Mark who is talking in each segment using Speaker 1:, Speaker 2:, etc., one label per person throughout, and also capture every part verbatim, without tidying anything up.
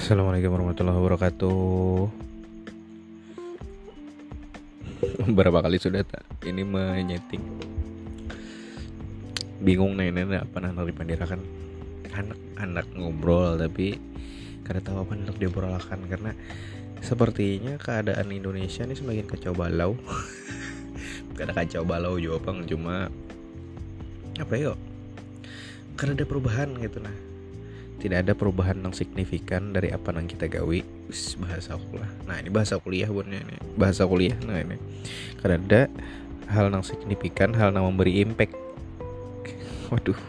Speaker 1: Assalamualaikum warahmatullahi wabarakatuh. Berapa kali sudah tak ini menyeting. Bingung nih nenek apa nanti pandirakan anak-anak ngobrol tapi kada tahu apa untuk diobrolakan karena sepertinya keadaan Indonesia ini semakin kacau balau. Kada kacau balau juga bang, cuma apa yuk? Karena ada perubahan gitu nah. Tidak ada perubahan yang signifikan dari apa yang kita gawi. Ush, bahasa kuliah. Nah ini bahasa kuliah bunnya nih. Bahasa kuliah. Nah ini karena ada hal yang signifikan, hal yang memberi impact. Waduh.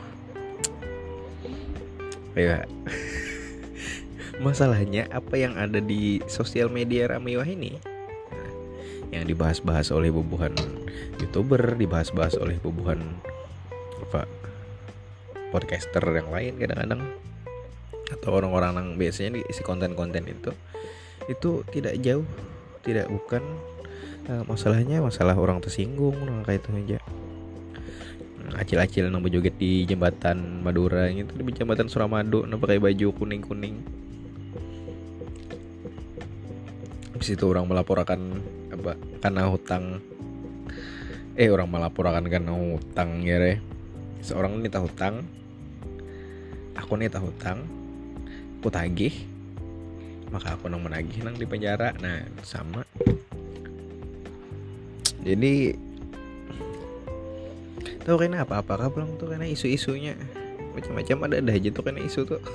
Speaker 1: Ya. Masalahnya apa yang ada di sosial media Ramiwah ini, nah, yang dibahas-bahas oleh bubuhan YouTuber, dibahas-bahas oleh bubuhan apa podcaster yang lain kadang-kadang, atau orang-orang yang biasanya diisi konten-konten itu itu tidak jauh, tidak bukan uh, masalahnya masalah orang tersinggung, orang kayak itu aja. Acil-acil nang berjoget di jembatan Madura gitu, di jembatan Suramadu nang pakai baju kuning-kuning. Habis itu orang melaporkan apa karena hutang eh orang melaporkan karena hutang ya re. Seorang minta hutang, aku minta hutang, aku tagih, maka aku nang menagih nang di penjara. Nah sama, jadi tahu kena apa-apa belum tuh kena isu-isunya macam-macam, ada ada aja tuh kena isu tuh.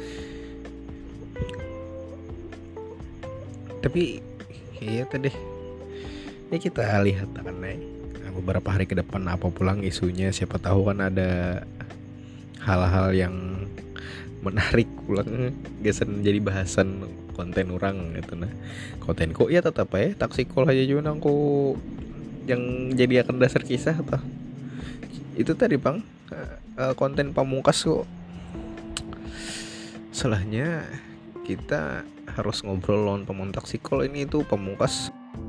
Speaker 1: Tapi iya tadi ya kita lihat kan nih beberapa hari ke depan apa pulang isunya, siapa tahu kan ada hal-hal yang menarik pulang gesen jadi bahasan konten orang gitu. Nah konten kok ya tetap ya taksikol aja juga nangku yang jadi akan dasar kisah atau itu tadi bang, konten pamungkas kok. Salahnya kita harus ngobrol lawan pemon taksikol ini itu pamungkas.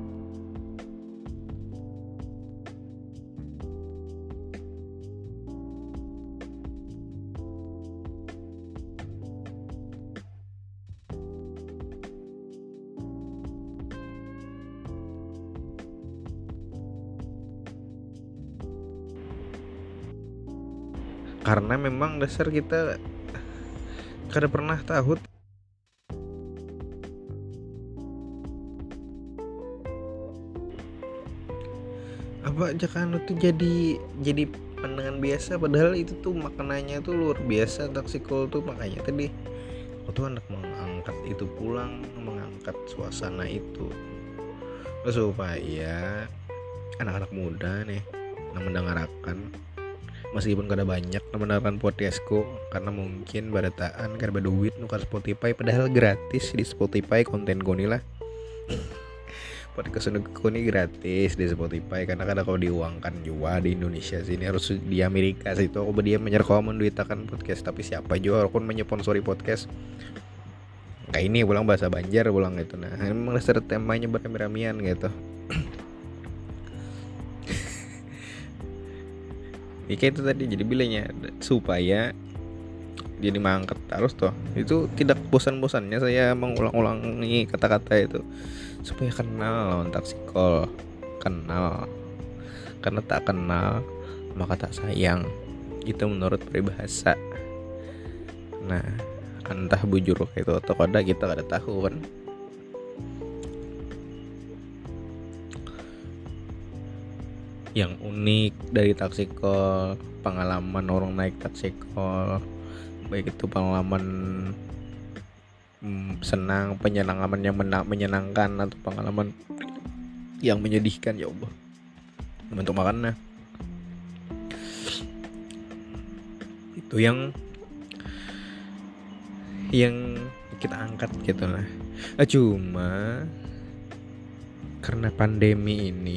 Speaker 1: Karena memang dasar kita kada pernah tahu apa aja kan itu jadi jadi pandangan biasa, padahal itu tuh maknanya tuh luar biasa taksikol tuh. Makanya tadi aku tuh hendak mengangkat itu pulang, mengangkat suasana itu supaya anak-anak muda nih yang mendengarkan, meskipun kada banyak mendengarkan podcastku karena mungkin badataan kada berduit nukar Spotify, padahal gratis di Spotify konten goni lah. Podcast ini gratis di Spotify karena kada kau diuangkan juga di Indonesia sini, harus di Amerika situ aku berdia menyerkau menduitakan podcast. Tapi siapa juga aku menyponsori podcast kayak ini pulang bahasa Banjar pulang gitu. Nah memang dasar temanya berami-ramian gitu. Ya kayak itu tadi, jadi bilangnya supaya jadi mangkat harus toh itu tidak bosan-bosannya saya mengulang-ulangi kata-kata itu supaya kenal lawan taksikol, kenal karena tak kenal maka tak sayang, itu menurut peribahasa. Nah entah bujur itu atau kada kita kada tahu kan. Yang unik dari taksikol, pengalaman orang naik taksikol, baik itu pengalaman hmm, senang, penyenangan yang mena- menyenangkan atau pengalaman yang menyedihkan, ya Allah bentuk makannya itu yang yang kita angkat gitu lah. Nah, cuma karena pandemi ini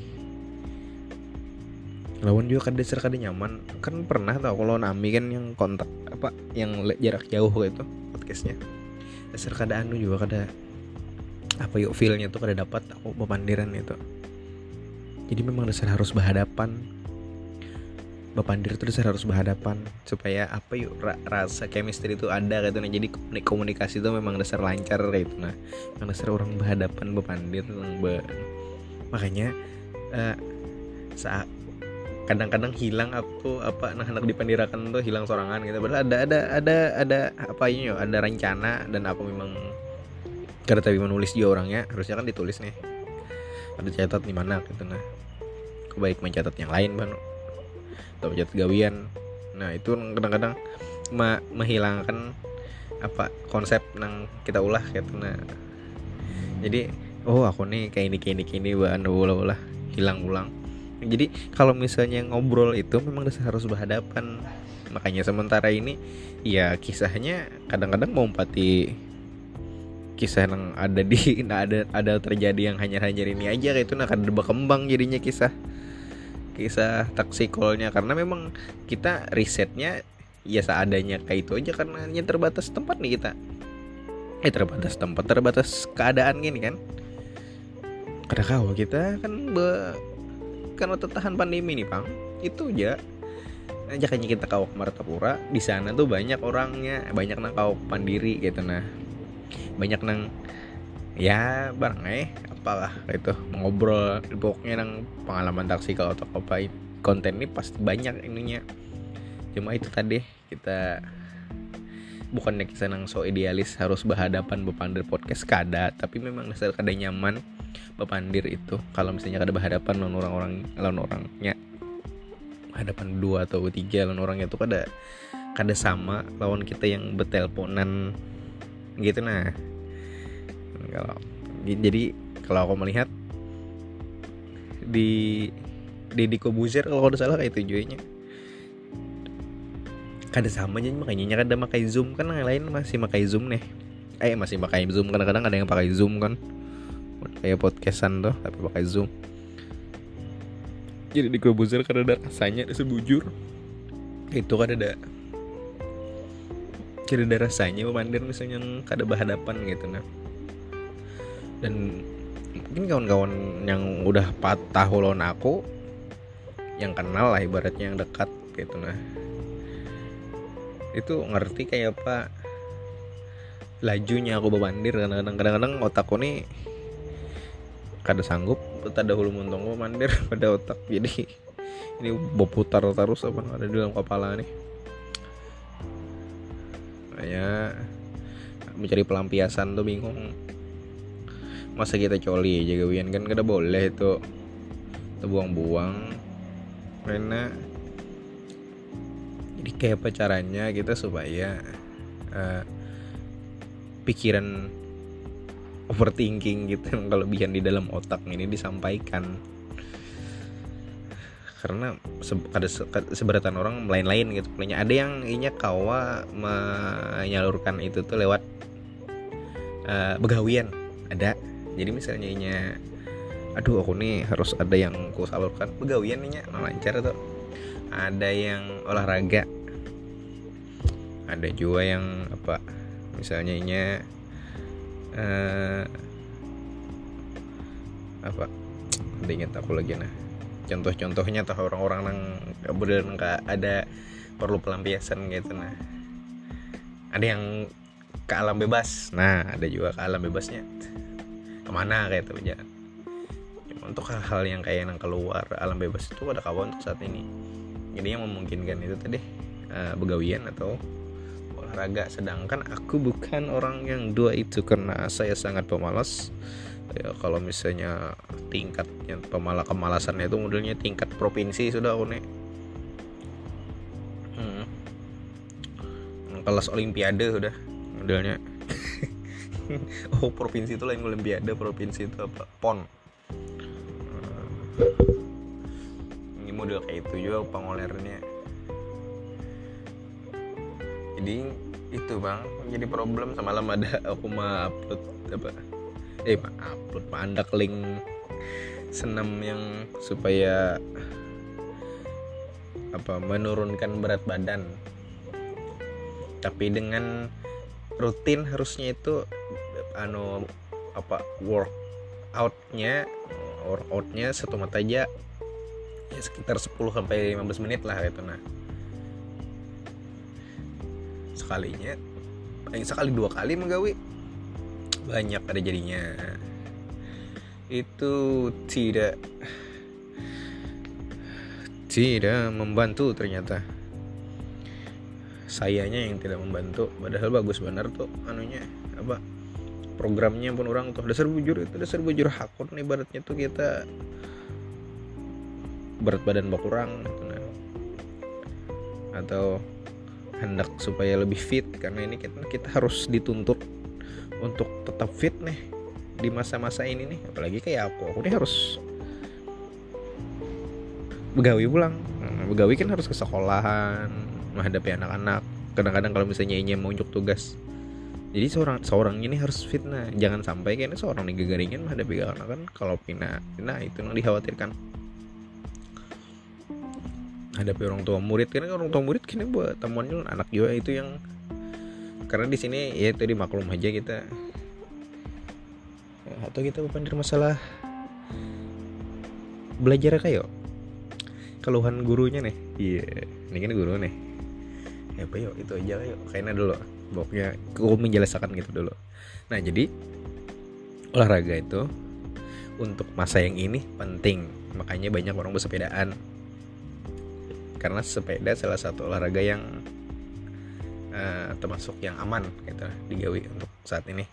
Speaker 1: lawan juga kada ser kada nyaman kan. Pernah tau kalau Nami kan yang kontak apa yang jarak jauh gitu podcastnya, dasar kada anu juga kada apa yuk feelnya tuh kada dapat aku pemandiran itu. Jadi memang dasar harus berhadapan Bapandir itu dasar harus berhadapan supaya apa yuk ra- rasa chemistry itu ada gitu nah. Jadi komunikasi itu memang dasar lancar kayak gitu nah. Memang dasar orang berhadapan Bapandir be... makanya uh, saat kadang-kadang hilang aku apa nah hendak dipandirakan tuh hilang sorangan gitu. Padahal ada ada ada ada apa ini yo ada rencana dan aku memang karena tapi menulis juga orangnya harusnya kan ditulis nih. Ada catat di mana gitu nah. Aku baik mencatat yang lain bang. Atau mencatat gawian. Nah itu kadang-kadang ma- menghilangkan apa konsep yang kita ulah gitu nah. Jadi oh aku nih kayak ini kayak ini kayak ini bahan ulah-ulah hilang ulang. Jadi kalau misalnya ngobrol itu memang harus berhadapan. Makanya sementara ini ya kisahnya kadang-kadang mengumpati kisah yang ada di nah ada ada terjadi yang hanyar-hanyar ini aja kayak itu nah kada berkembang jadinya kisah kisah taksikolnya karena memang kita risetnya ya seadanya kayak itu aja karena hanya terbatas tempat nih kita eh terbatas tempat terbatas keadaan gini kan kada kawa kita kan be, karena tertahan pandemi nih Pang itu aja aja kayaknya kita kau ke Martapura di sana tuh banyak orangnya banyak nang kau pandiri gitu nah banyak nang ya barang eh apalah itu ngobrol pokoknya nang pengalaman taksi kalau atau apa konten ini pasti banyak ininya cuma itu tadi kita bukannya kita nang so idealis harus berhadapan Bapandir podcast kada tapi memang dasar kada nyaman Bapandir itu kalau misalnya kada berhadapan lawan orang-orang lawan orangnya hadapan dua atau tiga lawan orangnya itu kada kada sama lawan kita yang berteleponan gitu nah kalau jadi kalau aku melihat di Deddy Kobuzer kalau ada salah kayak tujuannya kada sama aja makanya kada pakai Zoom kan yang lain masih pakai Zoom nih eh masih pakai Zoom kadang-kadang ada yang pakai Zoom kan kayak podcastan tuh tapi pakai Zoom jadi di Kobuzer kada ada rasanya sebujur itu kada ada kada ada rasanya Bapandir misalnya kada berhadapan gitu nah dan mungkin kawan-kawan yang udah patah lawan aku yang kenal lah ibaratnya yang dekat gitu nah itu ngerti kayak apa lajunya aku Bapandir kadang-kadang kadang-kadang otakku nih kada sanggup ada hulu muntung Bapandir pada otak jadi ini berputar terus apa ada di dalam kepala nih kayak mencari pelampiasan tuh bingung masa kita coli aja gawian kan kada boleh itu terbuang-buang karena jadi kayak apa caranya kita supaya uh, pikiran overthinking gitu yang kelebihan di dalam otak ini disampaikan karena se- ada se- seberatan orang lain-lain gitu punya ada yang inya kawa menyalurkan itu tuh lewat uh, begawian ada jadi misalnya inya aduh aku nih harus ada yang ku salurkan begawian nih lancar tuh ada yang olahraga ada juga yang apa misalnya inya uh, apa ingat aku lagi nah contoh-contohnya tuh orang-orang yang kemudian nggak ada perlu pelampiasan gitu nah ada yang ke alam bebas nah ada juga ke alam bebasnya kemana kayak itu aja cuma untuk hal-hal yang kayak yang keluar alam bebas itu ada kawan untuk saat ini jadi yang memungkinkan itu tadi uh, begawian atau olahraga sedangkan aku bukan orang yang dua itu karena saya sangat pemalas ya kalau misalnya tingkatnya pemalas kemalasannya itu modelnya tingkat provinsi sudah aku nih hmm. kelas olimpiade sudah modelnya oh provinsi itu lain olimpiade provinsi itu apa pon ini model kayak itu juga pengolernya jadi itu bang jadi problem semalam ada aku mau upload apa eh ma upload mandak link senam yang supaya apa menurunkan berat badan tapi dengan rutin harusnya itu anu apa workoutnya workoutnya satu mata aja ya sekitar sepuluh sampai lima belas menit lah gitu. Nah sekalinya paling sekali dua kali menggawi banyak ada jadinya. Itu tidak tidak membantu ternyata. Sayanya yang tidak membantu, padahal bagus benar tuh anunya apa programnya pun orang tuh dasar bujur itu dasar bujur hakun ibaratnya tuh kita berat badan berkurang gitu, nah. Atau hendak supaya lebih fit karena ini kita, kita harus dituntut untuk tetap fit nih di masa-masa ini nih, apalagi kayak aku aku nih harus begawi pulang. Nah, begawi kan harus ke sekolahan menghadapi anak-anak. Kadang-kadang kalau misalnya ini mau unjuk tugas, jadi seorang seorang ini harus fit. Nah jangan sampai kayaknya seorang nih gegaringan menghadapi anak kan, kalau pina nah itu yang dikhawatirkan hadapi orang tua murid. Karena orang tua murid kini buat temuannya anak juga itu yang, karena di sini ya itu dimaklum aja kita, atau kita berpandir masalah belajar kayak keluhan gurunya nih. Iya yeah. Ini kan guru nih ya apa yuk itu aja yuk kayaknya dulu pokoknya aku menjelaskan gitu dulu. Nah jadi olahraga itu untuk masa yang ini penting, makanya banyak orang bersepedaan karena sepeda salah satu olahraga yang uh, termasuk yang aman gitu digawi untuk saat ini.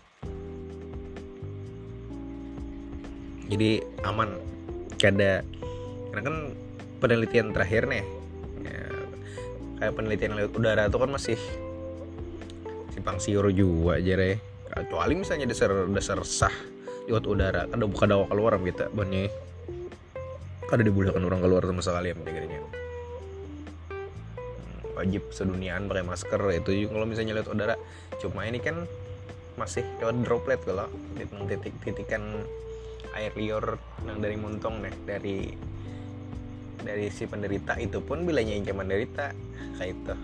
Speaker 1: Jadi aman kada, karena kan penelitian terakhir nih ya, kayak penelitian lewat udara itu kan masih simpang siur juga aja deh. Kecuali misalnya dasar dasar sah lewat udara kada buka dawa keluar kita banyak kada dibolehkan orang keluar sama sekali ya menjaganya. Wajib seduniaan pakai masker itu kalau misalnya lewat udara. Cuma ini kan masih lewat droplet kalau titik-titikan air liur yang dari muntong nih dari dari si penderita itu pun bilanya yang menderita kayak itu.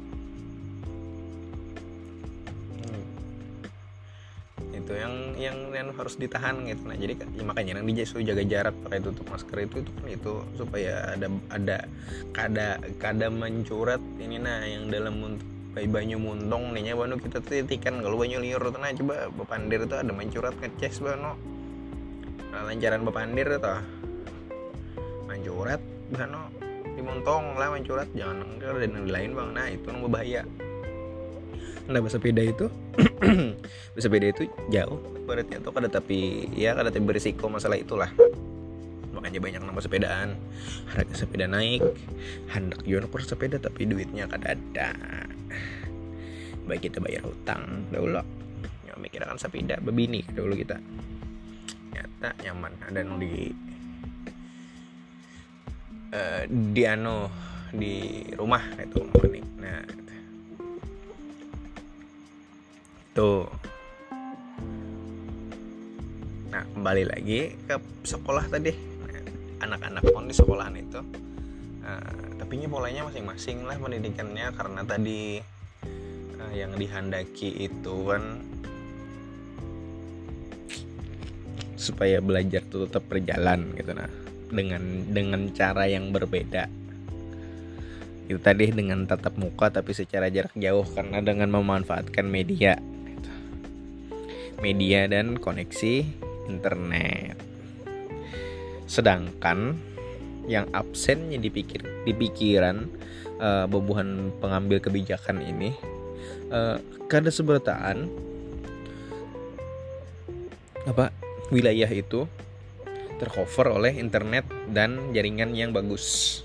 Speaker 1: Hmm. Itu yang yang yang harus ditahan gitu. Nah jadi ya makanya yang disuruh jaga jarak pakai tutup masker itu itu kan itu supaya ada ada kada kada mencurat ini nah yang dalam untuk banyu muntong nih bano kita titikan kalau banyu liur tuh nah coba bepandir itu ada mencurat ngeces bano. Nah, lancaran bepandir itu mencurat bano dimuntong lah mencurat jangan ada yang lain bang. Nah itu yang berbahaya. Nah bersepeda itu bersepeda itu jauh baratnya tuh kada tapi ya kada tapi berisiko masalah itulah. Makanya banyak nama sepedaan, harga sepeda naik, hendak jual sepeda tapi duitnya kada ada. Baik kita bayar hutang dulu, ya mikirkan sepeda bebini dulu kita. Nyata nyaman ada yang di uh, di ano di rumah itu nih. Nah tuh. Nah kembali lagi ke sekolah tadi, nah, anak-anak pun di sekolahan itu uh, tapi ini polanya masing-masing lah pendidikannya karena tadi uh, yang dihendaki itu kan supaya belajar itu tetap berjalan gitu nah dengan dengan cara yang berbeda itu tadi dengan tatap muka tapi secara jarak jauh karena dengan memanfaatkan media gitu. Media dan koneksi internet. Sedangkan yang absennya dipikir di pikiran uh, bebuhan pengambil kebijakan ini uh, kada seberataan apa wilayah itu tercover oleh internet dan jaringan yang bagus.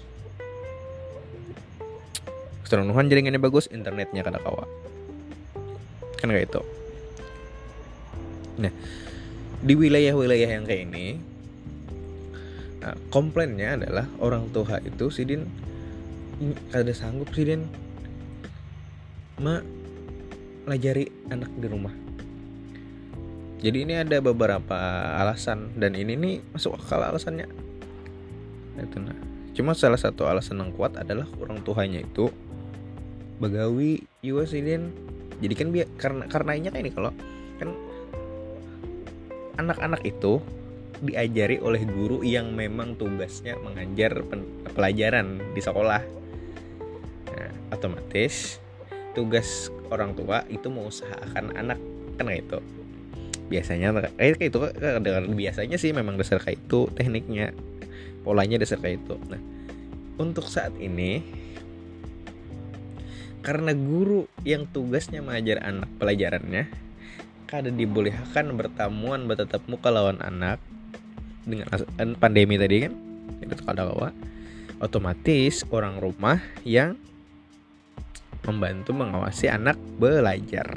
Speaker 1: Keseluruhan jaringannya bagus, internetnya kada kawa. Kan kayak itu. Nah, di wilayah-wilayah yang kayak ini, nah, komplainnya adalah orang tua itu sidin kada sanggup sidin ma ngajari anak di rumah. Jadi ini ada beberapa alasan dan ini nih masuk akal alasannya. Itu nah. Cuma salah satu alasan yang kuat adalah orang tuanya itu begawi juga sidin. Jadi kan biar karena karenanya kayak ini kalau kan anak-anak itu diajari oleh guru yang memang tugasnya mengajar pen- pelajaran di sekolah. Nah, otomatis tugas orang tua itu mengusahakan anak, kan kayak itu. Biasanya kayak itu biasanya sih memang dasar kayak itu, tekniknya, polanya dasar kayak itu. Nah, untuk saat ini karena guru yang tugasnya mengajar anak pelajarannya kada dibolehkan bertamuan bertatap muka lawan anak dengan pandemi tadi kan, itu kada kawa, otomatis orang rumah yang membantu mengawasi anak belajar.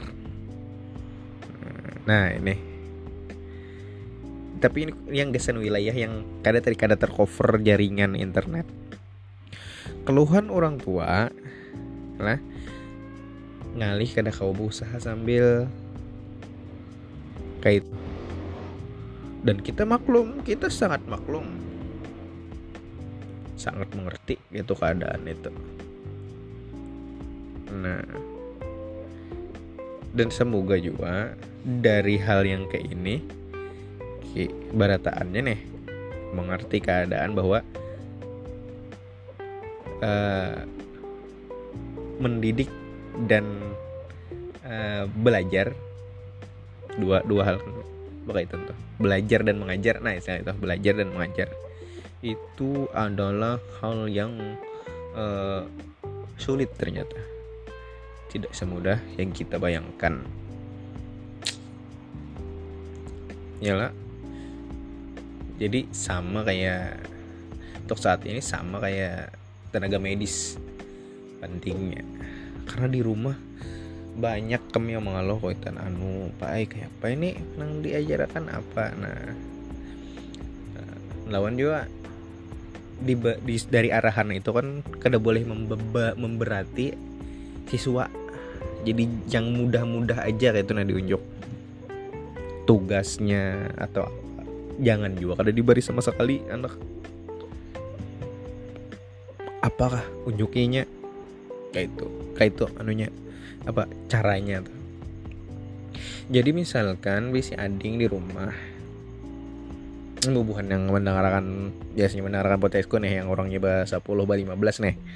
Speaker 1: Nah ini, tapi ini yang gesan wilayah yang kada tadi kada tercover jaringan internet. Keluhan orang tua lah ngalih kada kau berusaha sambil kayak itu. Dan kita maklum, kita sangat maklum, sangat mengerti gitu keadaan itu. Nah, dan semoga juga dari hal yang kayak ini barataannya nih mengerti keadaan bahwa uh, mendidik dan uh, belajar dua dua hal pakai itu tuh, belajar dan mengajar. Nah istilah itu belajar dan mengajar itu adalah hal yang uh, sulit ternyata, tidak semudah yang kita bayangkan. Yalah, jadi sama kayak untuk saat ini sama kayak tenaga medis pentingnya, karena di rumah banyak kami yang mengeluh kaitan anu pak kayak apa ini nang diajarkan apa. Nah lawan juga di, di dari arahan itu kan kada boleh membeba, memberati siswa, jadi yang mudah-mudah aja kayak itu nah diunjuk tugasnya atau apa. Jangan juga kada diberi sama sekali anak apakah unjukinya kayak itu kayak itu anunya apa caranya tuh. Jadi misalkan bisi ading di rumah, bubuhan yang mendengarkan biasanya mendengarkan podcastku nih yang orangnya bahasa sepuluh bah lima belas nih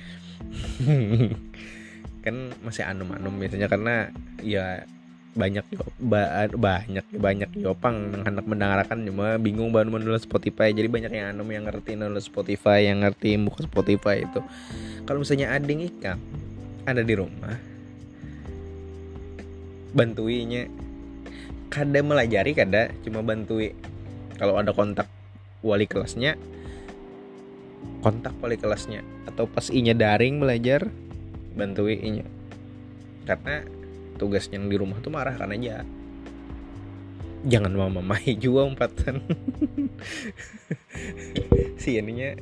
Speaker 1: kan masih anum-anum biasanya karena ya banyak ba, banyak banyak yopang anak mendengarkan cuma bingung baru mendownload Spotify, jadi banyak yang anum yang ngerti download Spotify, yang ngerti buka Spotify itu. Kalau misalnya ading Ika ada di rumah, bantuinya kada melajari kada cuma bantui kalau ada kontak wali kelasnya, kontak wali kelasnya atau pas inya daring belajar bantuinya, karena tugas yang di rumah tuh marah kan aja, jangan mama-mamai juga umpatan si ininya.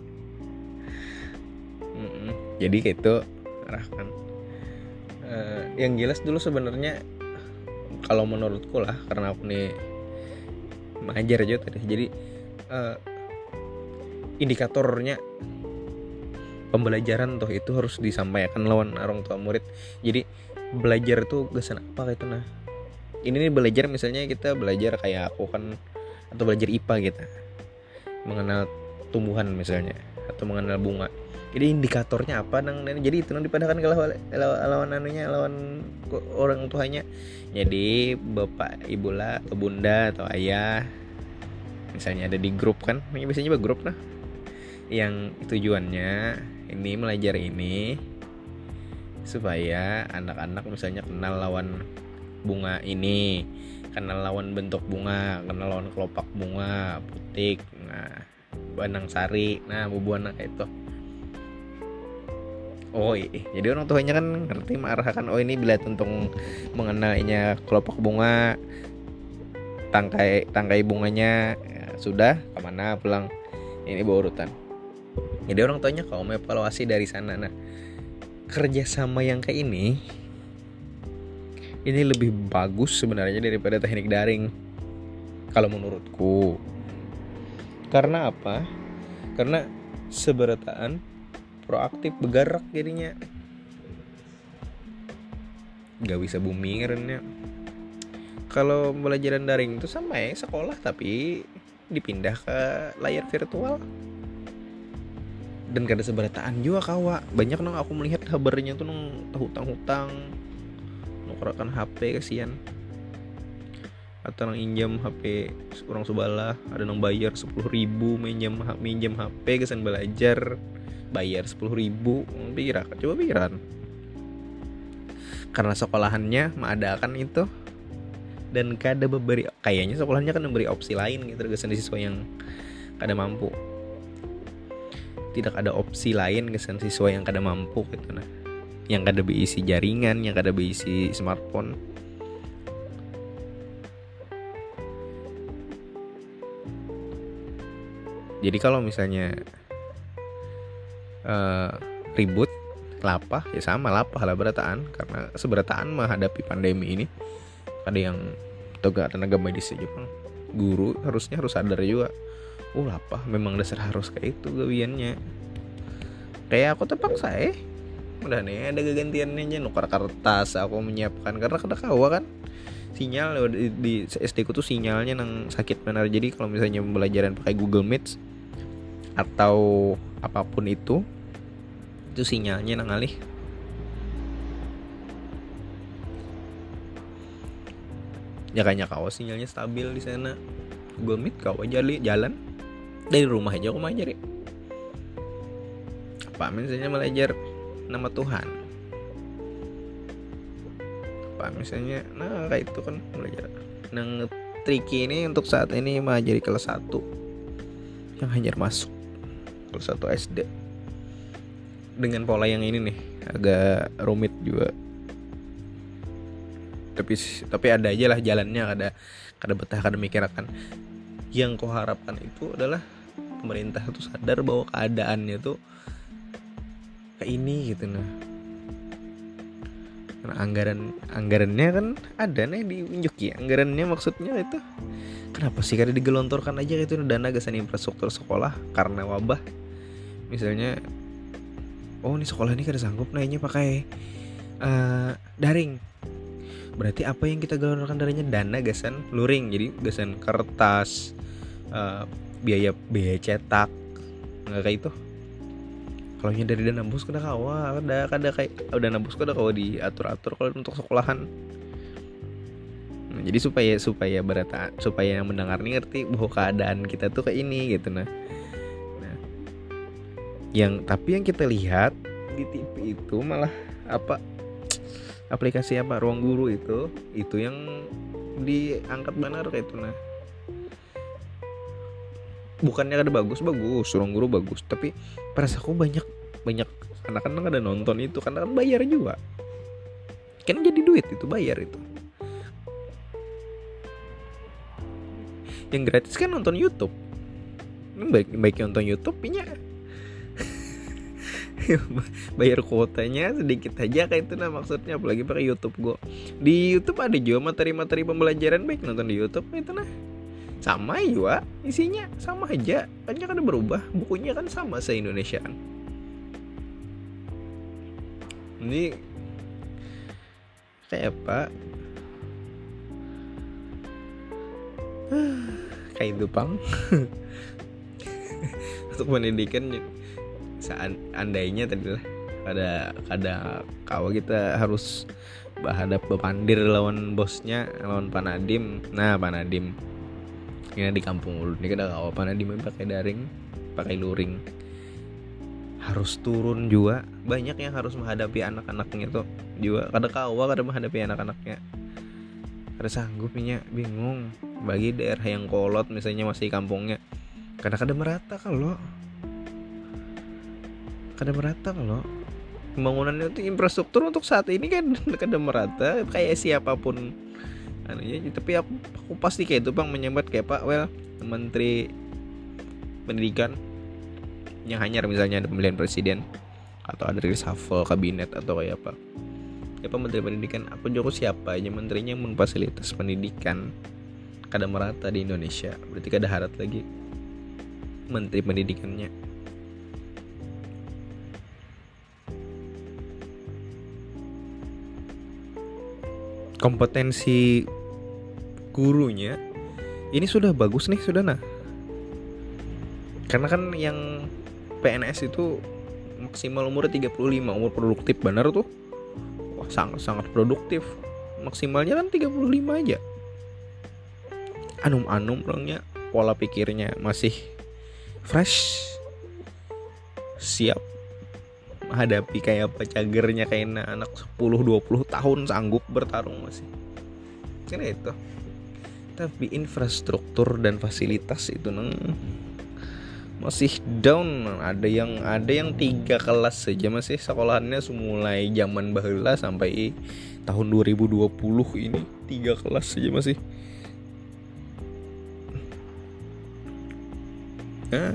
Speaker 1: Mm-mm. Jadi kayak itu arahkan uh, yang jelas dulu sebenarnya kalau menurutku lah, karena aku nih mengajar aja tadi, jadi uh, indikatornya pembelajaran tuh itu harus disampaikan lawan orang tua murid. Jadi belajar tuh gesan apa gitu. Nah ini nih belajar misalnya kita belajar kayak aku kan, atau belajar I P A gitu, mengenal tumbuhan misalnya atau mengenal bunga, jadi indikatornya apa nang, jadi itu nang dipadakan ke lawan, lawan anunya lawan orang tuanya. Jadi bapak ibu lah atau bunda atau ayah misalnya ada di grup kan, biasanya grup lah yang tujuannya ini belajar ini supaya anak-anak misalnya kenal lawan bunga ini, kenal lawan bentuk bunga, kenal lawan kelopak bunga, putik, nah banang sari, nah bubuan kayak itu. Oh iya, jadi orang tuanya kan ngerti mengarahkan, oh ini bila tentang mengenalnya kelopak bunga, tangkai tangkai bunganya ya, sudah kemana pulang, ini bawa urutan. Jadi orang tuanya kalau mau evaluasi dari sana. Nah kerjasama yang kayak ini ini lebih bagus sebenarnya daripada teknik daring kalau menurutku. Karena apa? Karena seberataan proaktif bergerak jadinya, nggak bisa bumi karena kalau pembelajaran daring itu sama ya sekolah tapi dipindah ke layar virtual. Dan kada seberataan juga kawa. Banyak nang aku melihat kabarnya tuh nang hutang-hutang, nukarakan H P kasihan. Atau nang injam H P orang sebelah, ada nang bayar sepuluh ribu minjam minjam H P kesan belajar, bayar sepuluh ribu. Pira, coba piran. Karena sekolahannya mengadakan itu dan kada beri, kayaknya sekolahannya kan memberi opsi lain gitu kesan siswa yang kada mampu. Tidak ada opsi lain kesan siswa yang kada mampu gitu nah, yang kada berisi jaringan, yang kada berisi smartphone. Jadi kalau misalnya uh, ribut lapah ya sama lapah lah berataan, karena seberataan menghadapi pandemi ini. Ada yang toga tenaga medis aja Jepang, guru harusnya harus sadar juga. Oh lapah memang dasar harus kayak itu gawiannya. Kayak aku terpaksa eh udah nih ada kegantiannya aja nukar kertas aku menyiapkan karena kada kawa kan sinyal di, di S D ku tuh sinyalnya nang sakit benar. Jadi kalau misalnya pembelajaran pakai Google Meet atau apapun itu itu sinyalnya nang alih. Ya kayaknya kawa sinyalnya stabil di sana. Google Meet kawa jali jalan dari rumah aja aku belajar ya. Apa misalnya belajar nama Tuhan. Apa misalnya nah kayak itu kan belajar. Nang tricky ini untuk saat ini mah jadi kelas satu yang hanya masuk kelas satu S D. Dengan pola yang ini nih agak rumit juga. Tapi tapi ada aja lah jalannya, kada kada betah kada mikirkan. Yang kau harapkan itu adalah pemerintah itu sadar bahwa keadaannya tuh kayak ini gitu nah. Karena anggaran anggarannya kan ada nih diunjuk ya. Anggarannya maksudnya itu kenapa sih kada digelontorkan aja itu dana gasan infrastruktur sekolah karena wabah. Misalnya oh ini sekolah ini kada sanggup naiknya pakai uh, daring. Berarti apa yang kita gelontorkan darinya dana gasan luring. Jadi gasan kertas, uh, biaya biaya cetak, nggak kayak itu. Kalau nya dari dana bus kada kawa, kada kada kayak udah nabus kada kawa diatur-atur kalau untuk sekolahan. Nah, jadi supaya supaya berata supaya yang mendengar nih ngerti bahwa keadaan kita tuh kayak ini gitu nah. Nah, yang tapi yang kita lihat di T V itu malah apa aplikasi apa Ruang Guru itu itu yang diangkat benar kayak itu nah. Bukannya ada bagus bagus Ruang Guru bagus, tapi perasaanku banyak banyak anak-anak ada nonton itu karena kan bayar juga kan, jadi duit itu bayar itu. Yang gratis kan nonton YouTube, baik baik nonton YouTube punya bayar kuotanya sedikit aja kayak itu nah maksudnya, apalagi pakai YouTube Go. Di YouTube ada juga materi-materi pembelajaran baik nonton di YouTube itu nah. Sama juga isinya sama aja, hanya kan ada berubah, bukunya kan sama se-Indonesiaan. Ini kayak apa? Kayak itu pang. Untuk pendidikan seandainya tadi lah ada ada kawa kita harus berhadap bepandir lawan bosnya, lawan Pak Nadiem. Nah Pak Nadiem ini di kampung ulu ini kada kawa Pak Nadiem pakai daring, pakai luring, harus turun juga. Banyak yang harus menghadapi anak-anaknya tuh juga kada kawa kada menghadapi anak-anaknya, kada sanggupnya, bingung. Bagi daerah yang kolot misalnya masih kampungnya kada kada merata kalau kada merata kalau pembangunannya itu infrastruktur untuk saat ini kan kada merata kayak siapapun anunya. Tapi aku, aku pasti kayak itu bang menyambat kayak Pak Well Menteri Pendidikan yang hanya misalnya ada pemilihan presiden atau ada reshuffle kabinet atau kayak apa ya Pak Menteri Pendidikan, aku joko siapa aja menterinya yang memfasilitas pendidikan kada merata di Indonesia, berarti kada harap lagi menteri pendidikannya. Kompetensi gurunya ini sudah bagus nih, sudah nah Karena kan yang P N S itu maksimal umurnya tiga puluh lima, umur produktif bener tuh. Wah, sangat-sangat produktif. Maksimalnya kan tiga puluh lima aja. Anum-anum orangnya, pola pikirnya masih fresh, siap menghadapi kayak apa cagernya kayak anak sepuluh dua puluh tahun sanggup bertarung masih. Kan itu. Tapi infrastruktur dan fasilitas itu neng masih down. Ada yang ada yang tiga kelas saja masih sekolahannya mulai zaman baheula sampai tahun dua ribu dua puluh ini tiga kelas saja masih. Hah?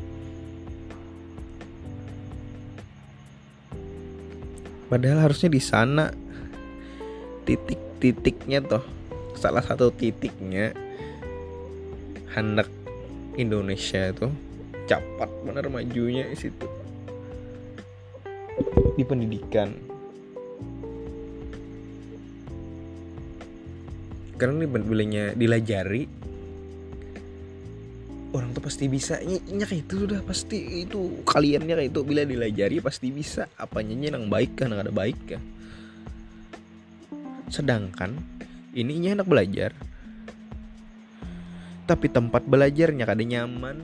Speaker 1: Padahal harusnya di sana titik-titiknya toh, salah satu titiknya hendak Indonesia itu cepat bener majunya di situ di pendidikan. Karena ini bilangnya dilajari, orang tuh pasti bisa. Nya kayak itu sudah pasti itu kaliannya kayak itu bila dilajari pasti bisa. Apanya yang baik kan ada baik kan. Sedangkan ininya enak belajar, tapi tempat belajarnya kada nyaman.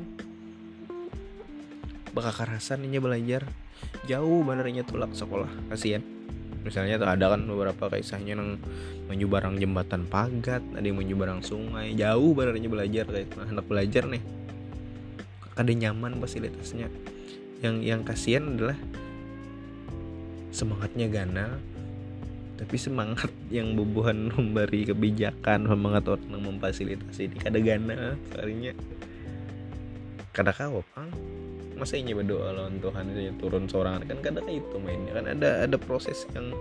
Speaker 1: Bakakarasan ini belajar jauh benernya tulak sekolah, kasihan. Misalnya tuh ada kan beberapa kisahnya yang menyeberang jembatan pagat, ada yang menyeberang sungai, jauh benernya belajar kayak itu. Anak belajar nih kada nyaman fasilitasnya. Yang yang kasihan adalah semangatnya ganal, tapi semangat yang bubuhan memberi kebijakan, semangat orang memfasilitasi ini kada ganal sekalinya. Kada kau pang masa ini berdoa lawan Tuhan itu turun seorang kan kada kayak itu mainnya kan. Ada ada proses yang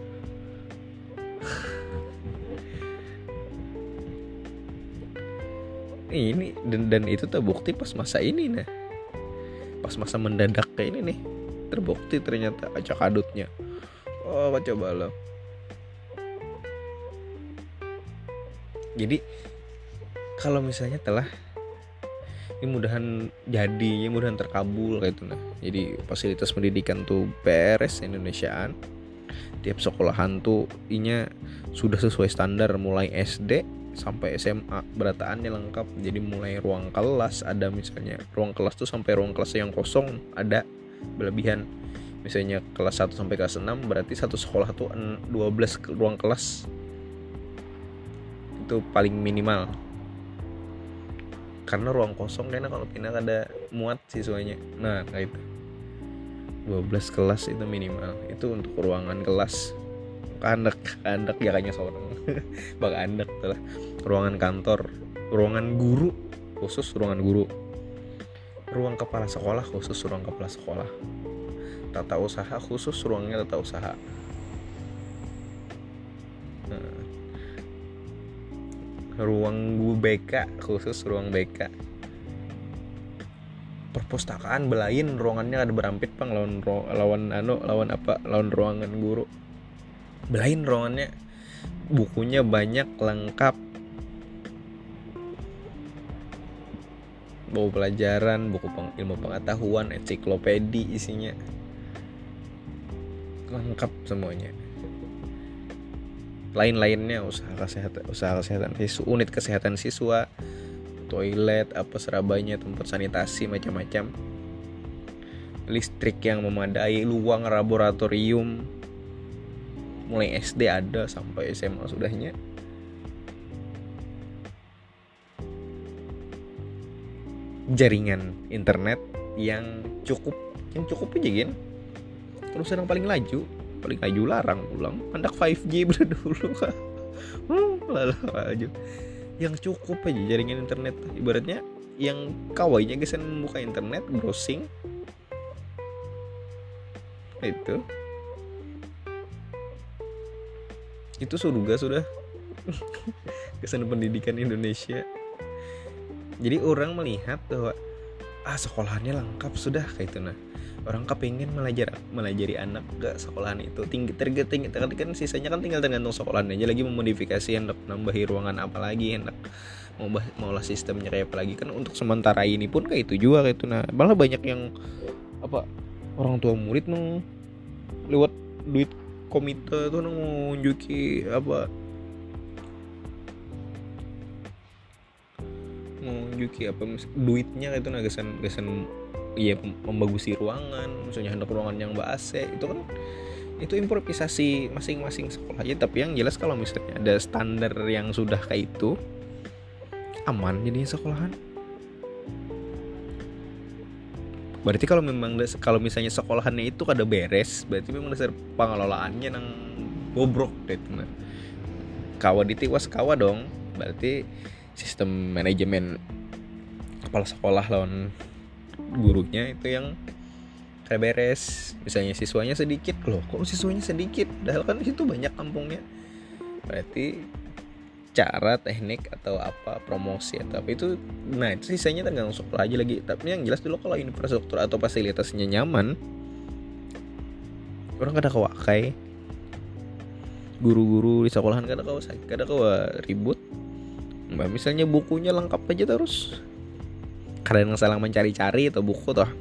Speaker 1: ini dan, dan itu terbukti pas masa ini nah, pas masa mendadak kayak ini nih terbukti ternyata acak adutnya. Oh coba lo. Jadi kalau misalnya telah ini mudahan jadi, ya mudahan terkabul kayak itu nah. Jadi fasilitas pendidikan tuh beres Indonesiaan. Tiap sekolahan tuh inya sudah sesuai standar mulai S D sampai S M A, berataannya lengkap. Jadi mulai ruang kelas ada, misalnya ruang kelas tuh sampai ruang kelas yang kosong ada berlebihan. Misalnya kelas satu sampai kelas enam berarti satu sekolah tuh dua belas ruang kelas. Itu paling minimal. Karena ruang kosong karena kalau pindah ada muat siswanya. Nah, kayak itu. dua belas kelas itu minimal. Itu untuk ruangan kelas. Kandak, kandak ya kayaknya seorang. Bang kandak tuh lah. Ruangan kantor, ruangan guru khusus ruangan guru. Ruang kepala sekolah khusus ruang kepala sekolah. Tata usaha khusus ruangnya tata usaha. Nah, ruang B K khusus ruang B K. Perpustakaan belain ruangannya ada berampit pang lawan lawan anu lawan apa lawan ruangan guru. Belain ruangannya, bukunya banyak lengkap. Buku pelajaran, buku peng, ilmu pengetahuan, ensiklopedi isinya. Lengkap semuanya. Lain-lainnya usaha kesehatan, usaha kesehatan siswa, unit kesehatan siswa, toilet, apa serabanya, tempat sanitasi macam-macam, listrik yang memadai, ruang laboratorium, mulai S D ada sampai S M A sudahnya. Jaringan internet yang cukup, yang cukup aja kan. Terus yang paling laju. Paling laju larang pulang hendak lima G berdulu kah. Hmm, laju. Yang cukup aja jaringan internet. Ibaratnya yang kawainya gesan membuka internet, browsing. Itu. Itu surga sudah. Kesan pendidikan Indonesia. Jadi orang melihat bahwa ah sekolahannya lengkap sudah kayak itu nah. Orang kepingin melajar melajari anak ke sekolahan itu tinggi tinggi tinggi kan sisanya kan tinggal tergantung sekolahan aja lagi memodifikasi, hendak nambahi ruangan apa lagi, hendak mau bah, maulah sistemnya kayak apa lagi kan untuk sementara ini pun kayak itu juga kayak itu. Nah malah banyak yang apa orang tua murid mau lewat duit komite tuh mau nunjuki apa mau nunjuki apa duitnya kayak itu nah gesan gesan iya membagusi ruangan, misalnya hendak ruangan yang ba A C itu kan itu improvisasi masing-masing sekolah aja. Tapi yang jelas kalau misalnya ada standar yang sudah kayak itu aman jadinya sekolahan. Berarti kalau memang kalau misalnya sekolahannya itu kada beres, berarti memang dasar pengelolaannya nang bobrok deh nah. Kawa ditiwas kawa dong. Berarti sistem manajemen kepala sekolah lawan gurunya itu yang kada beres. Misalnya siswanya sedikit, loh kok siswanya sedikit? Padahal kan itu banyak kampungnya. Berarti cara teknik atau apa promosi atau apa itu, nah itu sisanya tergantung sekolah aja lagi. Tapi yang jelas dulu kalau infrastruktur atau fasilitasnya nyaman, orang kada kawakai, guru-guru di sekolahan kada kawa kada kawa ribut. Mbak misalnya bukunya lengkap aja terus, kada yang salah mencari-cari atau buku toh.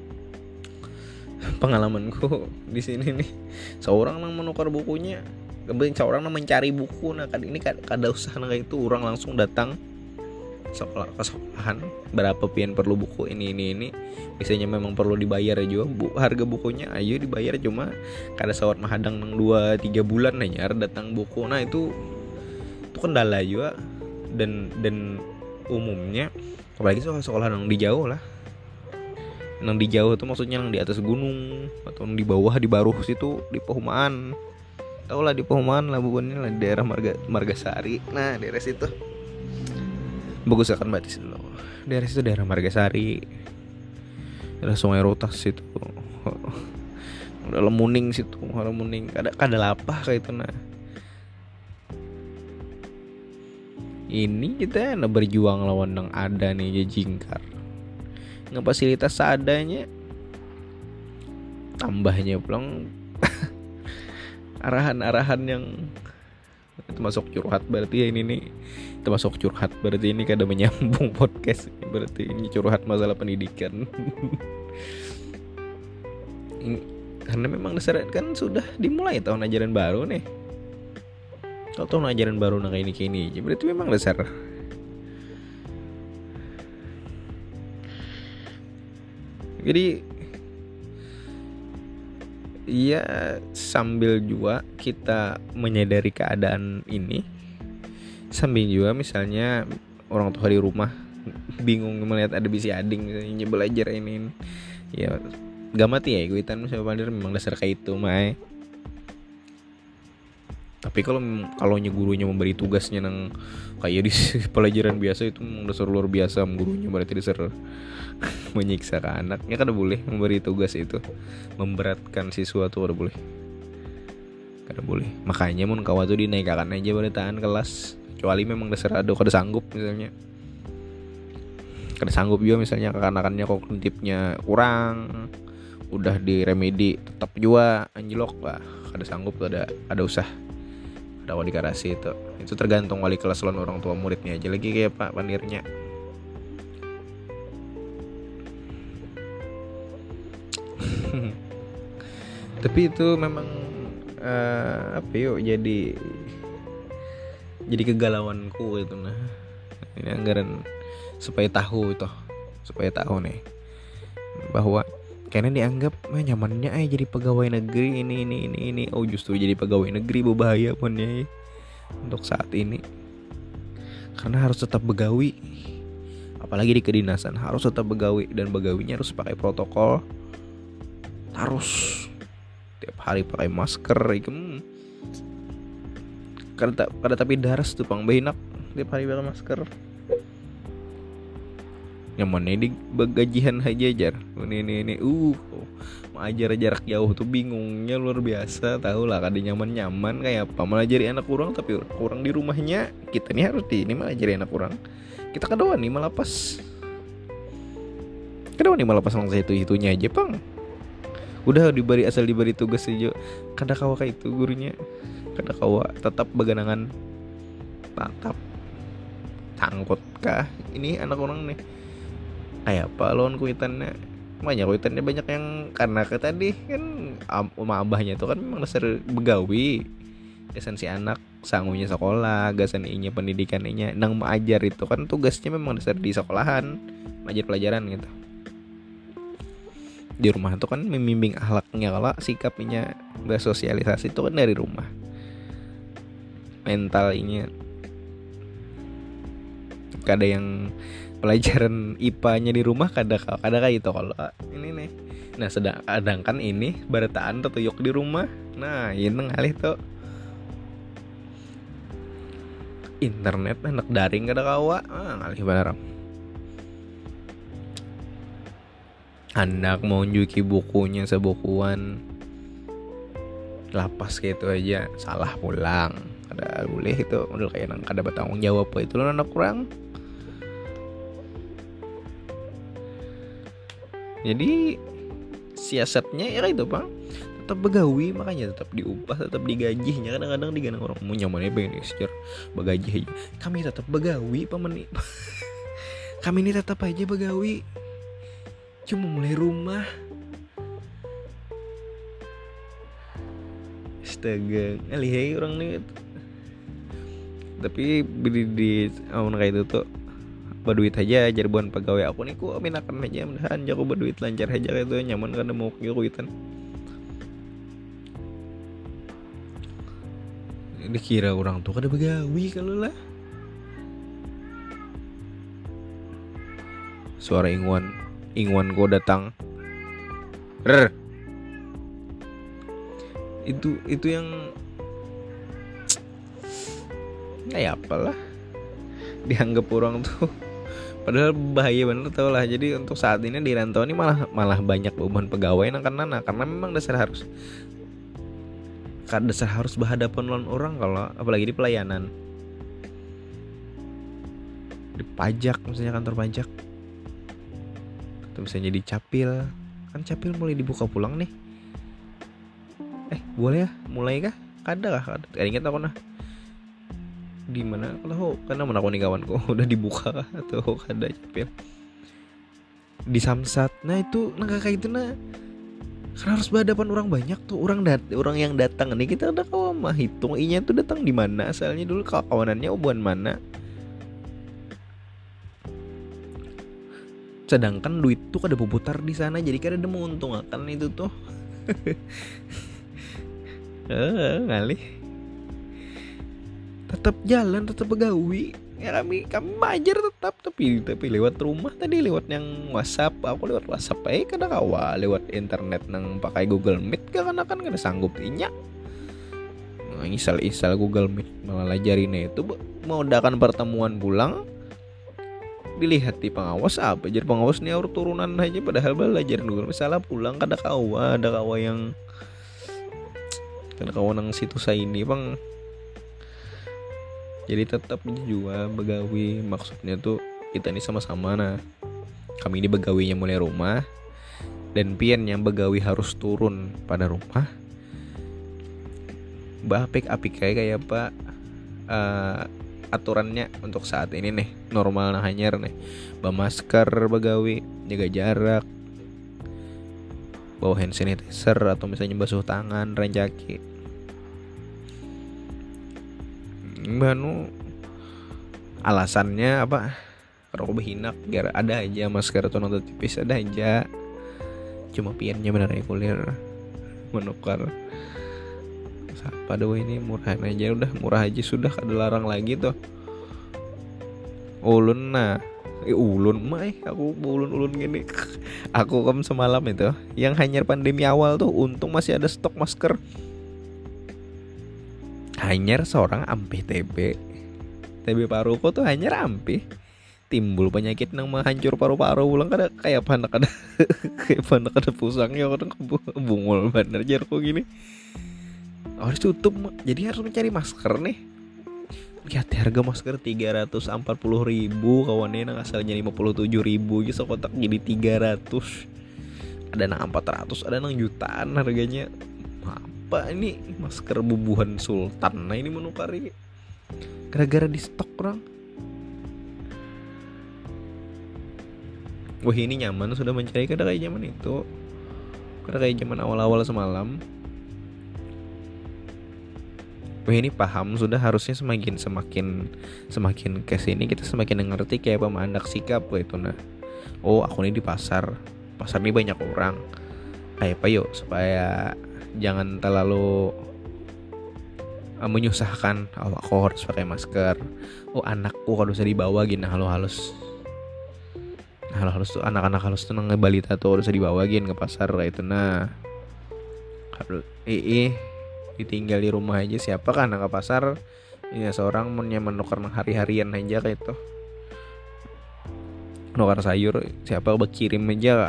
Speaker 1: Pengalamanku di sini nih, seorang yang menukar bukunya, kemudian seorang yang mencari buku, nah kan ini kada usah nah kayak itu, orang langsung datang sekolah ke sekolahan berapa pian perlu buku ini ini ini biasanya memang perlu dibayar juga bu, harga bukunya ayo dibayar, cuma kada sawat mahadang nang dua tiga bulan nanyar datang buku. Nah itu itu kendala juga dan dan umumnya apalagi soal sekolah nang di jauh lah, nang di jauh itu maksudnya nang di atas gunung atau di bawah di Baruh situ di Pehumaan. Tahu lah di Pehumaan lah bukannya lah di daerah Marga Margasari. Nah daerah situ bagus akan batis dulu. Daerah situ daerah Margasari, daerah Sungai Rotas situ, dalam Muning situ, dalam Muning kada kada lapah kayak itu. Nah ini kita nak berjuang lawan yang ada nih jingkar, nggak fasilitas seadanya, tambahnya pulang arahan-arahan yang termasuk curhat. Berarti ya ini nih termasuk curhat, berarti ini kada menyambung podcast, berarti ini curhat masalah pendidikan. Ini, karena memang dasar kan sudah dimulai tahun ajaran baru nih. Kalau tahun ajaran baru nah kayak ini kayak ini, berarti memang dasar. Jadi ya sambil juga kita menyadari keadaan ini, sambil juga misalnya orang tua di rumah bingung melihat ada bisi ading misalnya belajar ini, ya gak mati ya ikutan misalnya palir memang dasar kayak itu mah. Tapi kalau kalau gurunya memberi tugasnya nang kayak di pelajaran biasa itu dasar luar biasa, gurunya berarti dasar menyiksa ke anaknya, kan boleh memberi tugas itu memberatkan siswa tuh kada boleh, kada boleh. Makanya mun kawa tuh dinaikkan aja pada tahan kelas, kecuali memang dasar ada kada sanggup misalnya, kada sanggup juga misalnya kekanakannya kognitifnya kurang, udah diremedi tetap juga anjlok lah, kada sanggup tuh ada ada usah ada wali karasi itu itu tergantung wali kelas lawan orang tua muridnya aja lagi kayak Pak Pandirnya. Tapi itu memang uh, apa yuk jadi jadi kegalauanku itu nah. Ini anggaran supaya tahu itu, supaya tahu nih bahwa karena dianggap mah nyamannya eh jadi pegawai negeri ini ini ini ini oh justru jadi pegawai negeri berbahaya pun ya untuk saat ini, karena harus tetap begawi, apalagi di kedinasan harus tetap begawi dan begawinya harus pakai protokol, harus tiap hari pakai masker ikem kada kada tapi daras tuh pang behinak tiap hari pakai masker. Yang mana di bagajian aja jar ini ini ini uh mau ajar jarak jauh tuh bingungnya luar biasa, tahu lah kada nyaman nyaman kayak apa malah jadi anak kurang, tapi kurang di rumahnya kita nih harus di ini malah jadi anak kurang, kita kedoan nih malah pas kedoan nih malah pas langsung itu itunya aja pang udah diberi asal diberi tugas aja kada kawa kayak itu gurunya kada kawa tetap beganangan tatap sangkut kah ini anak orang nih kayak apa lawan kuitannya. Banyak kuitannya banyak yang karena ke tadi kan sama abahnya itu kan memang dasar begawi esensi anak sangunya sekolah gasan inya pendidikan inya nang mengajar itu kan tugasnya memang dasar di sekolahan mengajar pelajaran gitu. Di rumah itu kan membimbing akhlaknya kalau sikapnya bersosialisasi itu kan dari rumah. Mental ini kada yang pelajaran I P A-nya di rumah kada kada kayak gitu kalau ini nih. Nah sedangkan ini barataan tetuyuk di rumah. Nah ini ngalih tuh internet anak daring kada kawa ah, ngalih barang. Anak mau nyuci bukunya sebukuan lapas gitu aja salah pulang kada boleh itu udah kayak nang kada bertanggung jawab apa itu loh anak kurang. Jadi siasatnya ya itu bang tetap begawi makanya tetap diupah tetap digajinya kadang-kadang diganang orang mau nyamannya pengen disejar begaji aja kami tetap begawi pemeni kami ini tetap aja begawi cuma mulai rumah astaga ngalih orang nih tapi beli di awal kayak itu tuh berduit aja jadi bukan pegawai aku nih ku minakan aja mudahan jago berduit lancar aja kayak itu nyaman karena mau kuitan. Dikira orang tuh kada begawi kalau lah. Suara Ingwan, Ingwan kau datang. Rer. Itu itu yang kayak apalah dianggap orang tuh. Padahal bahaya bener tau lah. Jadi untuk saat ini di rantau ini malah malah banyak beban pegawai nah karena nah, karena memang dasar harus dasar harus berhadapan lawan orang kalau apalagi di pelayanan di pajak misalnya kantor pajak atau misalnya di capil kan capil mulai dibuka pulang nih eh boleh ya mulai kah kada kah kada ingat aku nah di mana kalau karena mana aku nih kawanku udah dibuka kah atau kada capil di Samsat nah itu nah kayak itu nah karena harus berhadapan orang banyak tuh orang dat orang yang datang nih kita udah kawan mah hitung inya tuh datang di mana asalnya dulu kawanannya ubuan mana sedangkan duit tuh kada berputar di sana jadi kada ada menguntungkan itu tuh eh ngalih tetap jalan tetap begawi ya kami kami belajar tetap tapi tapi lewat rumah tadi lewat yang WhatsApp aku lewat WhatsApp eh kada kawa lewat internet nang pakai Google Meet karena kan kada sanggup inya nah, isal-isal Google Meet malah lajarin itu mau adakan pertemuan pulang dilihat di pengawas apa jadi pengawas nih harus turunan aja padahal belajar Google misalnya pulang kada kawa ada kawa yang kada kawa nang situs ini bang. Jadi tetap juga begawi maksudnya tuh kita ini sama-sama nah kami ini begawinya mulai rumah dan pian yang begawi harus turun pada rumah bah apik apik kayak kayak apa uh, aturannya untuk saat ini nih normal nah hanyar nih bawa masker begawi jaga jarak bawa hand sanitizer atau misalnya basuh tangan renjaki Banu alasannya apa kalau aku berhinak biar ada aja masker atau nonton tipis ada aja cuma piannya benernya kulir menukar siapa doa ini murah aja udah murah aja sudah kada larang lagi tuh ulun nah eh, ulun mah eh aku ulun ulun gini aku kan semalam itu yang hanyar pandemi awal tuh untung masih ada stok masker hanyar seorang ampe T B T B paruku tuh hanyar ampe timbul penyakit nang menghancur paru-paru ulang kada kayak panak kada kayak panak kada pusangnya kadang bungul bener jarku gini harus tutup jadi harus mencari masker nih lihat harga masker tiga ratus empat puluh ribu kawannya nang asalnya lima puluh tujuh ribu gitu kotak jadi tiga ratus ada nang empat ratus ada nang jutaan harganya apa ini masker bubuhan sultan nah ini menukari gara-gara di stok orang Wah ini nyaman sudah mencari, kada kayak zaman itu, kada kayak zaman awal-awal semalam. Wah ini paham sudah, harusnya semakin semakin semakin ke sini kita semakin ngerti kayak pemandak sikap itu nah. Oh aku ini di pasar, pasar ini banyak orang. Kayak apa yuk supaya jangan terlalu uh, menyusahkan. Oh aku harus pakai masker. Oh anakku kalau bisa dibawa gini halo halus. Halo halus tuh anak-anak halus tuh nang balita tuh harus dibawa gini ke pasar kayak itu nah. Harus eh, eh ditinggal di rumah aja siapa kan ke pasar ya seorang punya menukar hari-harian aja kayak itu nukar sayur siapa berkirim aja lah.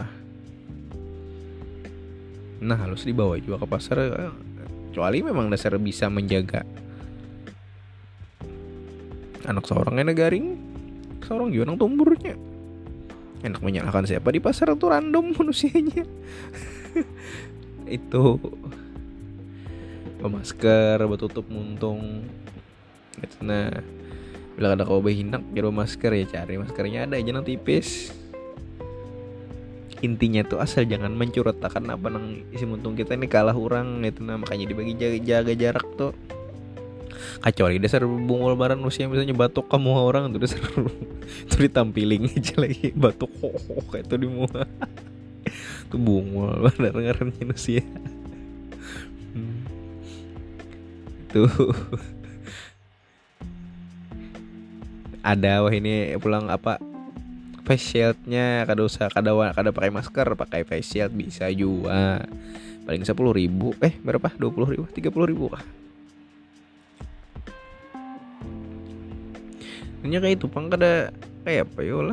Speaker 1: Nah harus dibawa juga ke pasar kecuali memang dasar bisa menjaga anak seorang enak garing seorang juga nang tumburnya enak menyalahkan siapa di pasar tuh random manusianya. Itu masker bertutup muntung gitu. Nah bila ada kau behinak kira masker ya cari maskernya ada aja nang tipis. Intinya tuh asal jangan mencuratakan apa nang isi muntung kita ini kalah orang gitu. Nah makanya dibagi jaga, jaga jarak tuh. Kecuali dasar bungul barang usia misalnya batuk kamu orang tuh dasar tuh ditampilin aja lagi batuk ho kayak itu di muka. Tuh bungul barang ngarannya usia. Tuh ada wah ini pulang apa face shieldnya kada usah kada kada pakai masker pakai face shield bisa juga paling sepuluh ribu eh berapa dua puluh ribu tiga puluh ribu kah ini kayak itu pang kada kayak apa yolah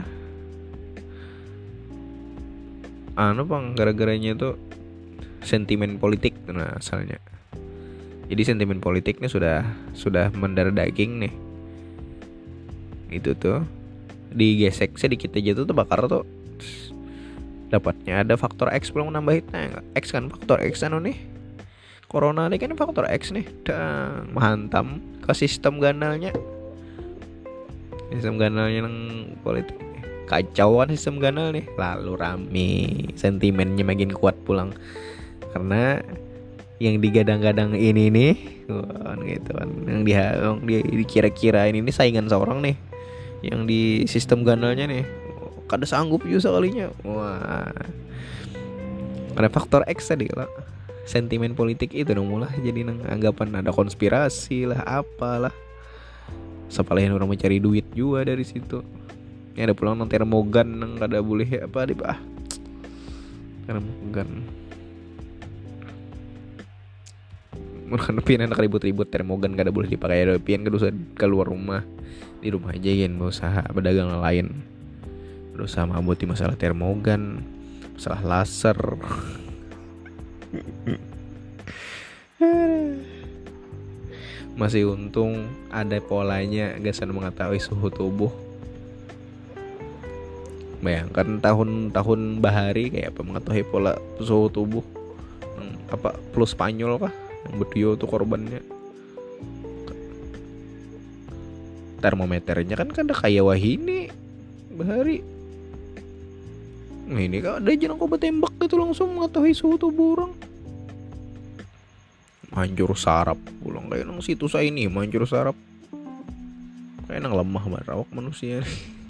Speaker 1: anu pang gara-garanya tuh sentimen politik nah asalnya. Jadi sentimen politiknya sudah sudah mendarah daging nih. Itu tuh digesek sedikit aja tuh terbakar tuh. Dapatnya ada faktor X belum nambahin X kan faktor X anu nih. Corona ini kan faktor X nih. Dan menghantam ke sistem ganalnya. Sistem ganalnya nang politik. Kacauan sistem ganal nih. Lalu rame, sentimennya makin kuat pulang. Karena yang digadang-gadang ini nih wah, gitu kan yang dia yang dia dikira-kira ini nih saingan seorang nih yang di sistem ganalnya nih kada sanggup juga sekalinya wah ada faktor X tadi lah sentimen politik itu dong mulai jadi nang anggapan ada konspirasi lah apalah sepalahin orang mencari duit juga dari situ ini ada pulang nang termogan nang kada boleh apa di bah termogan Murkan pian enak ribut-ribut termogan kada boleh dipakai ada pian kada usah keluar rumah di rumah aja ya usaha pedagang lain berusaha mambuti masalah termogan masalah laser. Masih untung ada polanya gasan mengetahui suhu tubuh. Bayangkan tahun-tahun bahari kayak apa mengetahui pola suhu tubuh apa plus Spanyol kah yang berdua tuh korbannya termometernya kan kan ada kayak wahini bahari nah ini kan ada jenang kau bertembak gitu langsung mengetahui suhu tubuh orang hancur saraf pulang kayak nang situs ini hancur saraf kayak nang lemah barawak manusia.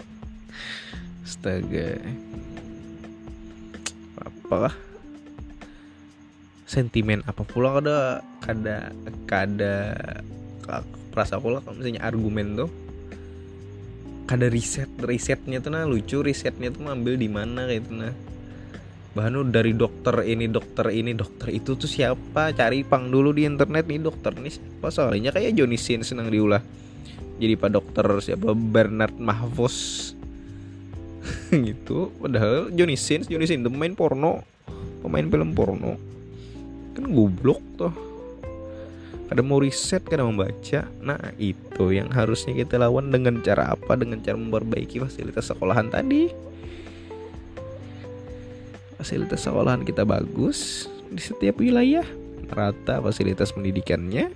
Speaker 1: Astaga apalah sentimen apa pula kada kada kada perasa pula kalau misalnya argumen tuh kada riset risetnya tuh nah lucu risetnya tuh ngambil di mana kayak itu nah bahan dari dokter ini dokter ini dokter itu tuh siapa cari pang dulu di internet nih dokter nih siapa soalnya kayak Johnny Sins senang diulah jadi pak dokter siapa Bernard Mahfuz gitu padahal Johnny Sins Johnny Sins pemain porno pemain film porno kan goblok tuh kada mau riset kada membaca nah itu yang harusnya kita lawan dengan cara apa dengan cara memperbaiki fasilitas sekolahan tadi fasilitas sekolahan kita bagus di setiap wilayah rata fasilitas pendidikannya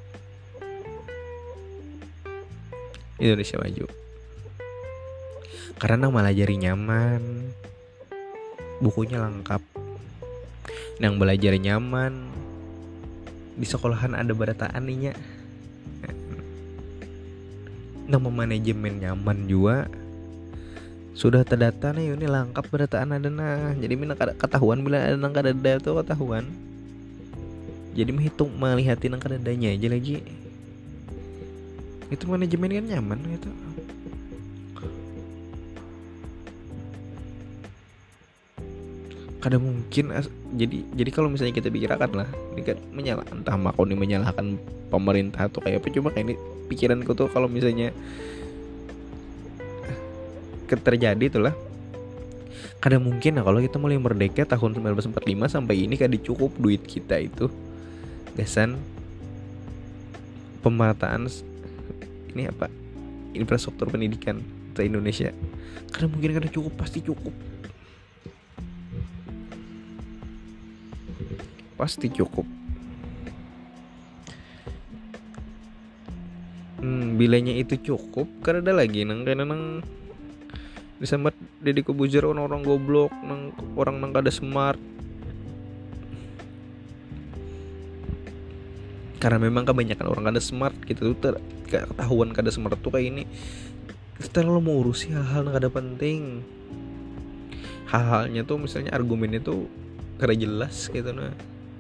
Speaker 1: Indonesia maju Karena malah jadi nyaman, bukunya lengkap. Nang belajar nyaman, di sekolahan ada barataan nih nya. Nang manajemen nyaman juga. Sudah terdata nih ini lengkap barataan ada nah. Jadi mina ketahuan bila ada nang kadada tuh ketahuan. Jadi menghitung melihatin nang kadadanya aja lagi. Itu manajemen kan nyaman gitu. Kadang mungkin jadi jadi kalau misalnya kita pikirkan lah, ini kan menyalahkan entah makoni menyalahkan pemerintah atau kayak apa, cuma kayak ini pikiranku tuh kalau misalnya terjadi itulah. Kadang mungkin nah kalau kita mulai merdeka tahun sembilan belas empat puluh lima sampai ini kadang cukup duit kita itu gasan pemerataan ini apa infrastruktur pendidikan di Indonesia. Kadang mungkin kadang cukup, pasti cukup. Pasti cukup. Hmm, bilanya itu cukup karena ada lagi nang karena nang disambat Deddy Kobuzer orang-orang goblok nang orang nang kada smart. Karena memang kebanyakan orang kada smart gitu tuh, ketahuan kada smart tuh kayak ini. Terlalu mau urusi hal-hal yang kada penting. Hal-halnya tuh misalnya argumennya tuh kada jelas gitu nah.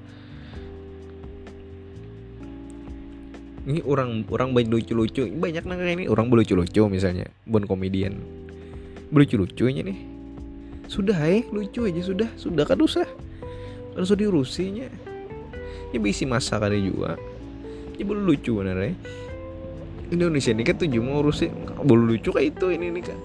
Speaker 1: Ini orang orang banyak lucu-lucu, banyak nang kayak ini orang lucu-lucu misalnya, bon komedian. Lucu-lucunya nih. Sudah eh lucu aja sudah, sudah kan usah. Kan usah diurusinya. Ini bisi masa kali juga. Ini boleh lucu bener ya. Indonesia ini kan tujuh mau urusin boleh lucu kayak itu ini nih kak.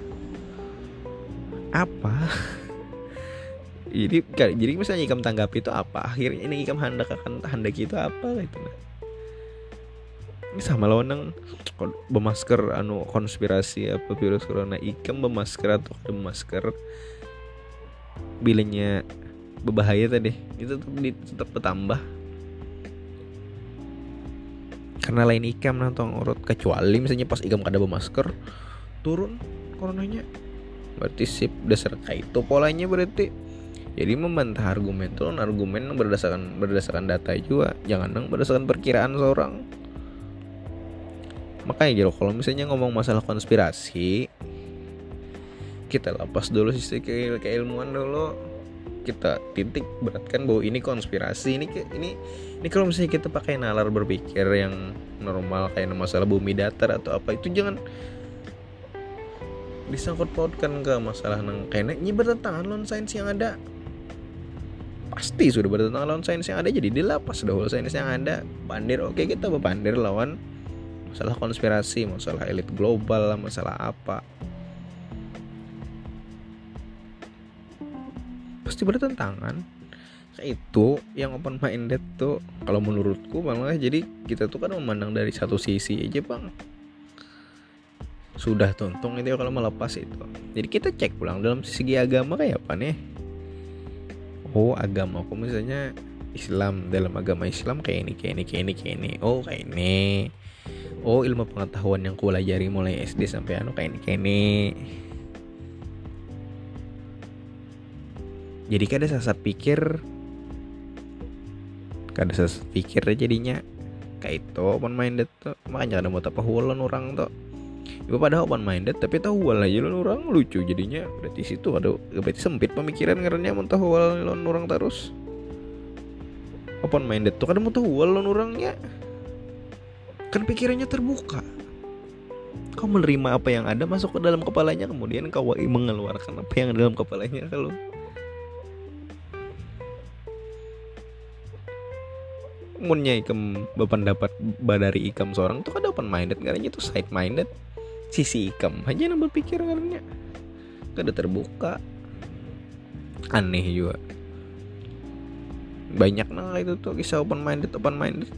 Speaker 1: Apa? Jadi jadi misalnya Ikam tanggapi itu apa? Akhirnya ini Ikam hendak akan hendak itu apa gitu nah. Ini sama lawan nang bermasker anu konspirasi apa virus corona, Ikam bermasker atau ada masker bilangnya berbahaya tadi itu tetap, tetap bertambah karena lain Ikam nantong urut, kecuali misalnya pas Ikam kada bermasker turun coronanya berarti sip dasar kayak itu polanya berarti. Jadi membantah argumen tuh argumen berdasarkan berdasarkan data juga, jangan nang berdasarkan perkiraan seorang. Makanya gitu kalau misalnya ngomong masalah konspirasi, kita lepas dulu sisi ke keilmuan dulu, kita titik beratkan bahwa ini konspirasi. Ini ini ini kalau misalnya kita pakai nalar berpikir yang normal kayak masalah bumi datar atau apa, itu jangan disangkut pautkan ke masalah nang kayaknya ini bertentangan lawan sains yang ada. Pasti sudah bertentangan lawan sains yang ada, jadi dilapas dahulu sains yang ada. Pandir oke, kita berpandir lawan masalah konspirasi, masalah elit global, masalah apa, pasti bertentangan. Kayak itu yang open minded tuh kalau menurutku malah jadi kita tuh kan memandang dari satu sisi aja bang. Sudah tuntung itu kalau melepas itu. Jadi kita cek pulang dalam segi agama kayak apa nih. Oh agama aku misalnya Islam, dalam agama Islam kayak ini kayak ini kayak ini kayak ini. Oh kayak ini. Oh ilmu pengetahuan yang kupelajari mulai S D sampai anu kayak ini kayak ini. Jadi kada sesat pikir, kada sesat pikir jadinya kayak itu open minded tuh. Makanya kada mau tak pahulan orang tuh. Ibu pada open minded tapi tahu wal aja lon orang lucu jadinya. Berarti situ ada berarti sempit pemikiran karena mau tahu wal lon orang terus. Open minded tuh kada mau tahu wal lon orangnya. Kan pikirannya terbuka. Kau menerima apa yang ada masuk ke dalam kepalanya, kemudian kau mengeluarkan apa yang ada dalam kepalanya. Kalau munnya Ikam berpendapat dari Ikam seorang tuh kan open minded, karena itu side minded. Sisi Ikam aja yang berpikir karena kada terbuka. Aneh juga. Banyak nah itu tuh kisah open minded open minded.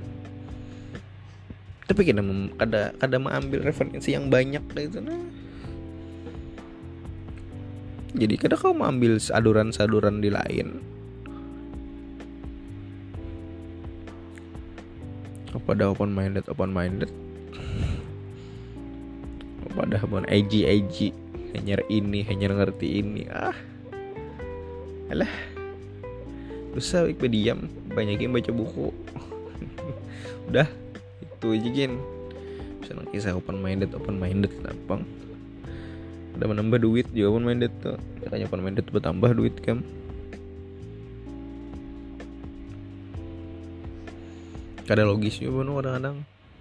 Speaker 1: Tapi kita kada kada mengambil referensi yang banyak gitu nah. Jadi kada kau mengambil saduran-saduran di lain. Pada open minded open minded. Pada open edgy edgy hanya ini hanya ngerti ini. Ah alah, usah ik diam, banyakin baca buku. Udah itu aja Gin. Misalnya kisah open minded open minded apa udah menambah duit juga open minded tuh, katanya open minded bertambah duit kan. Kada logis juga no, kadang-kadang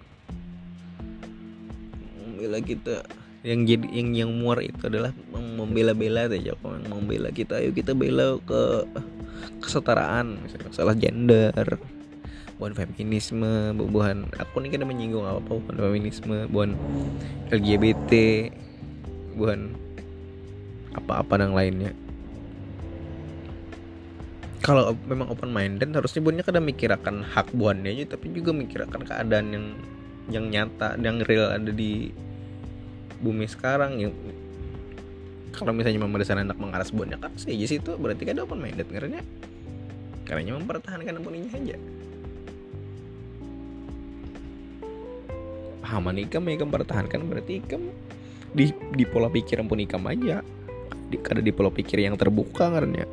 Speaker 1: membela kita yang jadi yang yang muar itu adalah membela-bela aja kok, membela kita. Ayo kita bela ke kesetaraan, misalnya masalah gender, bukan feminisme, bukan aku nih kan menyinggung apa apa bukan feminisme, bukan L G B T, bukan apa-apa yang lainnya. Kalau memang open minded harusnya buannya kada mikirakan hak buannya aja, tapi juga mikirakan keadaan yang yang nyata, yang real ada di bumi sekarang. Yang kalau misalnya memang ada anak mengaras buannya kan sih aja situ, berarti kan ada open minded karena karena mempertahankan ampuninya aja. Pahaman ikam ikam pertahankan, berarti ikam di di pola pikir ampun ikam aja, di kada di pola pikir yang terbuka karena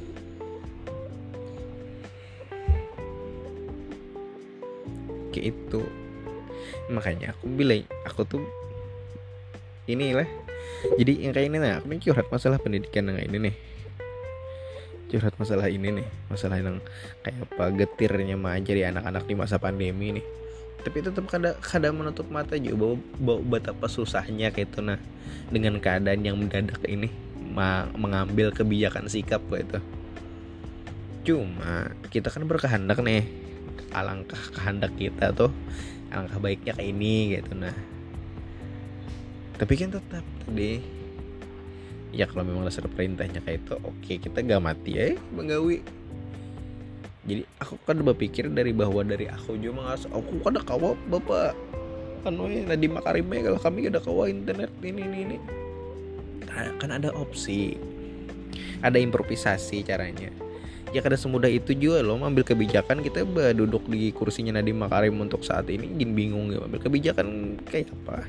Speaker 1: kayak itu. Makanya aku bilang aku tuh inilah, jadi yang kayak ini nih, aku nih curhat masalah pendidikan yang ini nih, curhat masalah ini nih, masalah yang kayak apa getirnya mengajari anak-anak di masa pandemi nih. Tapi tetap kada kada menutup mata juga bahwa, bahwa betapa susahnya kayak itu nah dengan keadaan yang mendadak ini ma- mengambil kebijakan sikap kayak itu. Cuma kita kan berkehendak nih, alangkah kehendak kita tuh alangkah baiknya kayak ini gitu nah. Tapi kan tetap tadi ya kalau memang dasar perintahnya kayak itu, oke kita gak mati ya menggawi. Jadi aku kan berpikir dari bahwa dari aku juga ngas, aku kan ada kawa bapak anu Nadiem Makarim kalau kami ada kawa internet ini ini ini. Nah, kan ada opsi, ada improvisasi caranya. Ya kada semudah itu juga loh ambil kebijakan. Kita duduk di kursinya Nadiem Makarim untuk saat ini gin bingung ya ambil kebijakan kayak apa.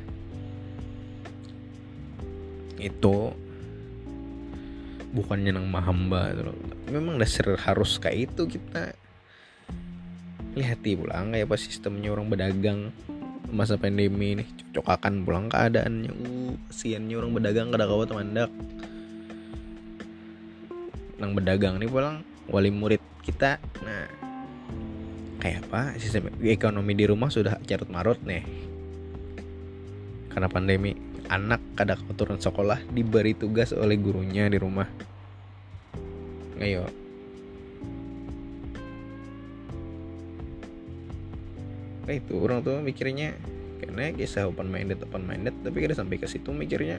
Speaker 1: Itu bukannya nang mahamba gitu loh. Memang dasar harus kayak itu kita lihati pulang kayak apa sistemnya orang berdagang masa pandemi ini, cocokakan pulang keadaannya. Uh, kasiannya orang berdagang kada kawa temandak. Nang berdagang nih pulang wali murid kita. Nah, kayak apa sistem ekonomi di rumah sudah carut marut nih karena pandemi. Anak kada turun sekolah diberi tugas oleh gurunya di rumah. Ayo. Nah itu orang tuh mikirnya karena kisah open minded open minded tapi kada sampai ke situ mikirnya.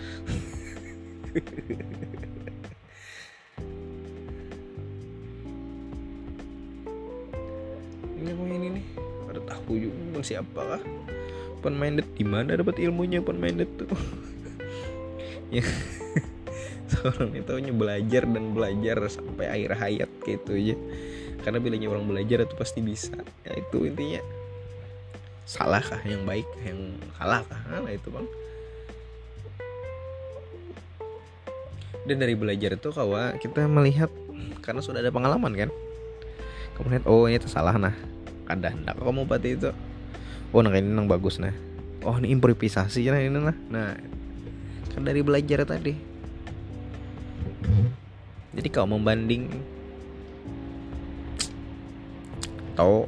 Speaker 1: Ini mau ini nih, ada tahu juga bang siapa kah? Open minded di mana dapat ilmunya open minded tuh? Ya seorang itu hanya belajar dan belajar sampai akhir hayat gitu aja. Karena bilangnya orang belajar itu pasti bisa. Ya itu intinya. Salah kah yang baik, yang salah kah? Nah itu bang. Dan dari belajar itu kawa kita melihat karena sudah ada pengalaman kan. Kemudian oh ini salah nah. Kadang ndak kamu pati itu. Oh nah ini nang bagus nah. Oh ini improvisasi nah ini nah. Nah kan dari belajar tadi. Jadi kalau membanding tahu,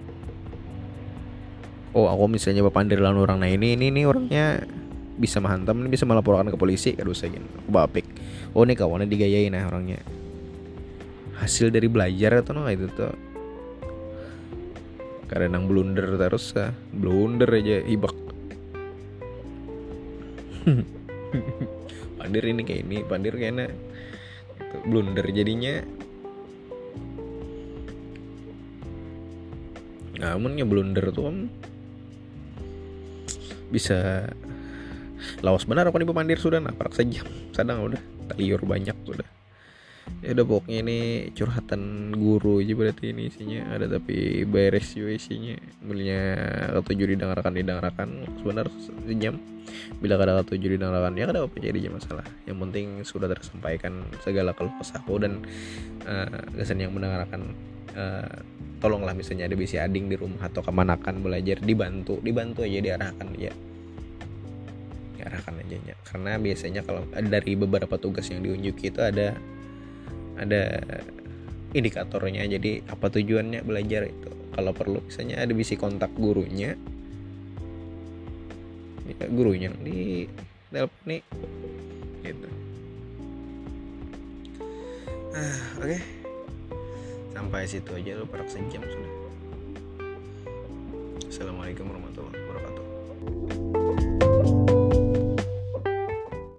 Speaker 1: oh aku misalnya bapandir lawan orang nah ini ini ini orangnya bisa menghantam, ini bisa melaporkan ke polisi kada usah gini. Aku bapik. Oh ini kawannya digayain nah orangnya. Hasil dari belajar atau no itu tuh. Karena nang blunder terus ah, blunder aja hibak. Pandir ini kayak ini, pandir kayaknya gitu, blunder jadinya. Namunnya blunder tuh kan bisa lawas benar apa nih pemandir sudah nah parak sejam sadang udah taliur banyak sudah Ya udah pokoknya ini curhatan guru aja berarti ini isinya ada, tapi beres juga isinya. Belinya ketujuh didengarkan didengarkan sebentar sejam. Bila kada ketujuh didengarkan ya kada apa jadi masalah. Yang penting sudah tersampaikan segala keluh kesahku dan uh, kesan yang mendengarkan. Uh, tolonglah misalnya ada bisi ading di rumah atau kemanakan belajar dibantu dibantu aja diarahkan ya diarahkan aja ya. Karena biasanya kalau dari beberapa tugas yang diunjuk itu ada ada indikatornya, jadi apa tujuannya belajar itu. Kalau perlu misalnya ada bisi kontak gurunya ya, gurunya di telepon nih gitu. ah oke okay. Sampai situ aja lu perak sejam sudah. Assalamualaikum warahmatullahi wabarakatuh.